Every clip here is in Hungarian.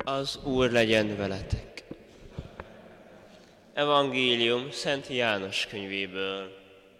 Az Úr legyen veletek. Evangélium Szent János könyvéből.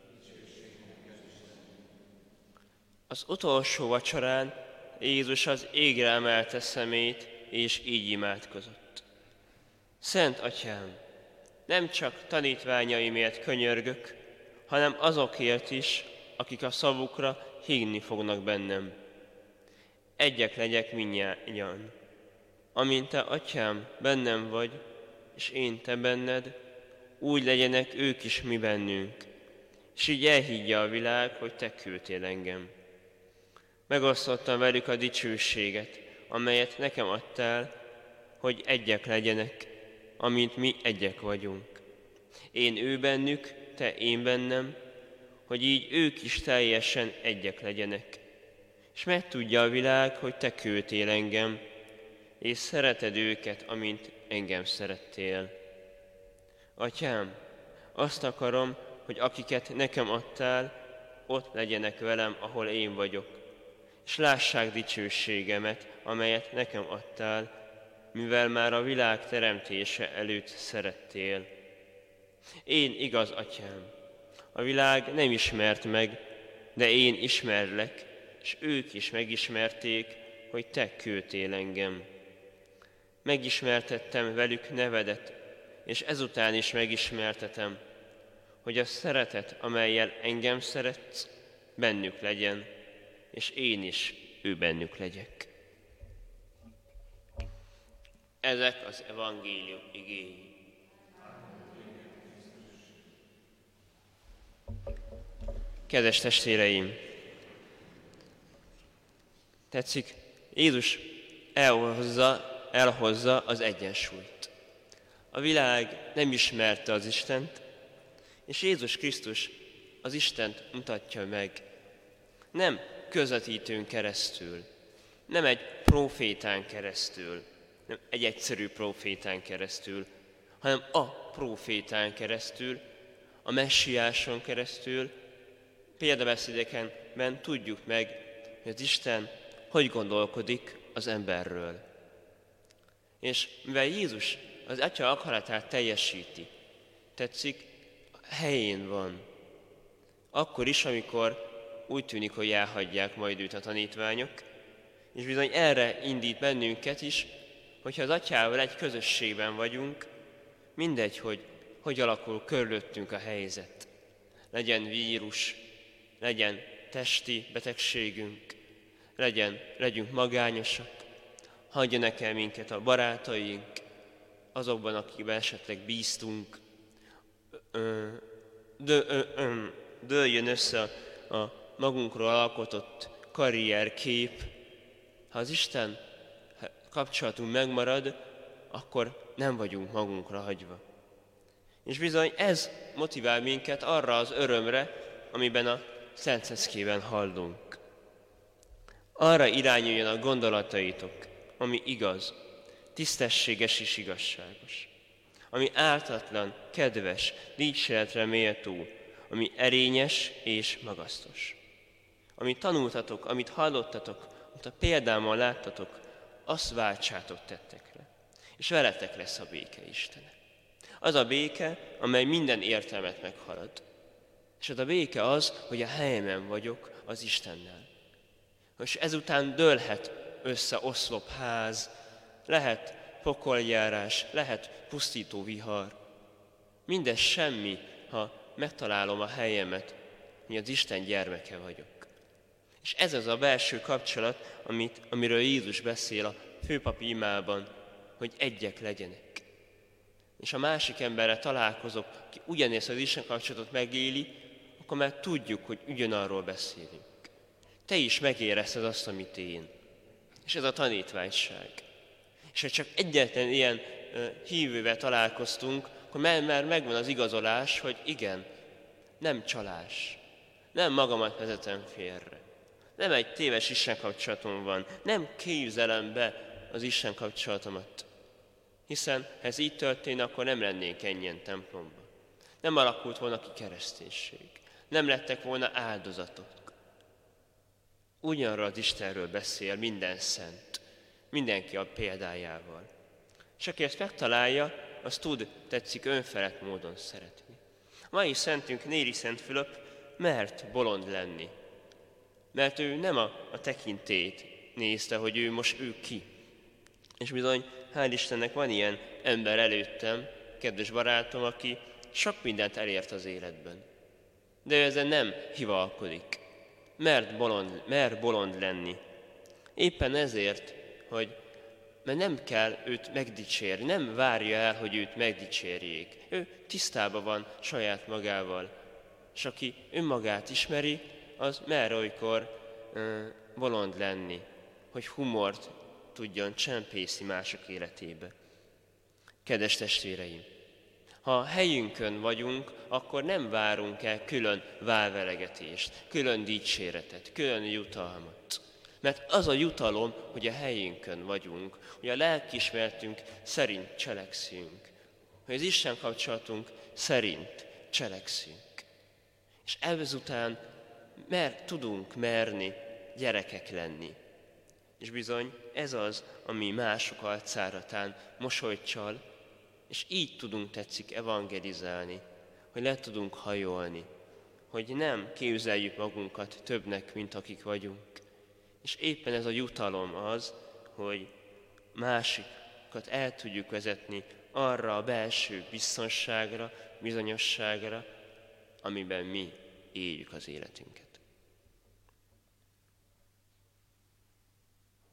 Az utolsó vacsorán Jézus az égre emelte szemét, és így imádkozott. Szent Atyám, nem csak tanítványaimért könyörgök, hanem azokért is, akik a szavukra hinni fognak bennem. Egyek legyek mindnyájan. Amint te, Atyám, bennem vagy, és én te benned, úgy legyenek ők is mi bennünk, és így elhiggye a világ, hogy te küldtél engem. Megosztottam velük a dicsőséget, amelyet nekem adtál, hogy egyek legyenek, amint mi egyek vagyunk. Én ő bennük, te én bennem, hogy így ők is teljesen egyek legyenek. És megtudja a világ, hogy te küldtél engem, és szereted őket, amint engem szerettél. Atyám, azt akarom, hogy akiket nekem adtál, ott legyenek velem, ahol én vagyok, és lássák dicsőségemet, amelyet nekem adtál, mivel már a világ teremtése előtt szerettél. Én igaz, Atyám, a világ nem ismert meg, de én ismerlek, és ők is megismerték, hogy te küldtél engem. Megismertettem velük nevedet, és ezután is megismertetem, hogy a szeretet, amellyel engem szeretsz, bennük legyen, és én is ő bennük legyek. Ezek az evangélium igéi. Kedves testvéreim! Tetszik, Jézus elhozza az egyensúlyt. A világ nem ismerte az Istent, és Jézus Krisztus az Istent mutatja meg. Nem közvetítőn keresztül, nem egy prófétán keresztül, nem egy egyszerű prófétán keresztül, hanem a prófétán keresztül, a messiáson keresztül, példabeszédeken tudjuk meg, hogy az Isten hogy gondolkodik az emberről. És mivel Jézus az Atya akaratát teljesíti, tetszik, helyén van. Akkor is, amikor úgy tűnik, hogy elhagyják majd őt a tanítványok, és bizony erre indít bennünket is, hogyha az Atyával egy közösségben vagyunk, mindegy, hogy alakul körülöttünk a helyzet. Legyen vírus, legyen testi betegségünk, legyünk magányosak, hagyjanak el minket a barátaink, azokban, akikben esetleg bíztunk, dőljön össze a magunkról alkotott karrierkép. Ha az Isten kapcsolatunk megmarad, akkor nem vagyunk magunkra hagyva. És bizony ez motivál minket arra az örömre, amiben a Szent Szeszkében hallunk. Arra irányuljon a gondolataitok, ami igaz, tisztességes és igazságos, ami ártatlan, kedves, dicséretre méltó, ami erényes és magasztos. Amit tanultatok, amit hallottatok, amit a példámmal láttatok, azt váltsátok tettekre, és veletek lesz a béke Istene. Az a béke, amely minden értelmet meghalad. És az a béke az, hogy a helyemen vagyok az Istennel. És ezután dőlhet össze oszlopház, lehet pokoljárás, lehet pusztító vihar. Mindez semmi, ha megtalálom a helyemet, hogy az Isten gyermeke vagyok. És ez az a belső kapcsolat, amiről Jézus beszél a főpapi imában, hogy egyek legyenek. És ha másik emberrel találkozok, ki ugyanezt az Isten kapcsolatot megéli, akkor már tudjuk, hogy ugyanarról beszélünk. Te is megérezted azt, amit én. És ez a tanítványság. És ha csak egyetlen ilyen hívővel találkoztunk, akkor már megvan az igazolás, hogy igen, nem csalás, nem magamat vezetem félre, nem egy téves Isten kapcsolatom van, nem képzelem be az Isten kapcsolatomat. Hiszen ha ez így történne, akkor nem lennénk ennyien templomban. Nem alakult volna ki kereszténység. Nem lettek volna áldozatok. Ugyanarról az Istenről beszél minden szent, mindenki a példájával. És aki ezt megtalálja, az tetszik önfelett módon szeretni. A mai szentünk, Néri Szent Fülöp mert bolond lenni. Mert ő nem a tekintélyt nézte, hogy ő ki. És bizony, hál' Istennek van ilyen ember előttem, kedves barátom, aki sok mindent elért az életben. De ő ezen nem hivalkodik. Mer bolond lenni. Éppen ezért, mert nem kell őt megdicsérni, nem várja el, hogy őt megdicsérjék. Ő tisztában van saját magával. És aki önmagát ismeri, az mer olykor bolond lenni, hogy humort tudjon csempészni mások életébe. Kedves testvéreim, ha a helyünkön vagyunk, akkor nem várunk el külön válvelegetést, külön dicséretet, külön jutalmat. Mert az a jutalom, hogy a helyünkön vagyunk, hogy a lelkiismeretünk szerint cselekszünk, hogy az Isten kapcsolatunk szerint cselekszünk. És ezután tudunk merni gyerekek lenni. És bizony ez az, ami mások arcára tán mosolyt csal, és így tudunk evangelizálni, hogy le tudunk hajolni, hogy nem képzeljük magunkat többnek, mint akik vagyunk. És éppen ez a jutalom az, hogy másikat el tudjuk vezetni arra a belső biztonságra, bizonyosságra, amiben mi éljük az életünket.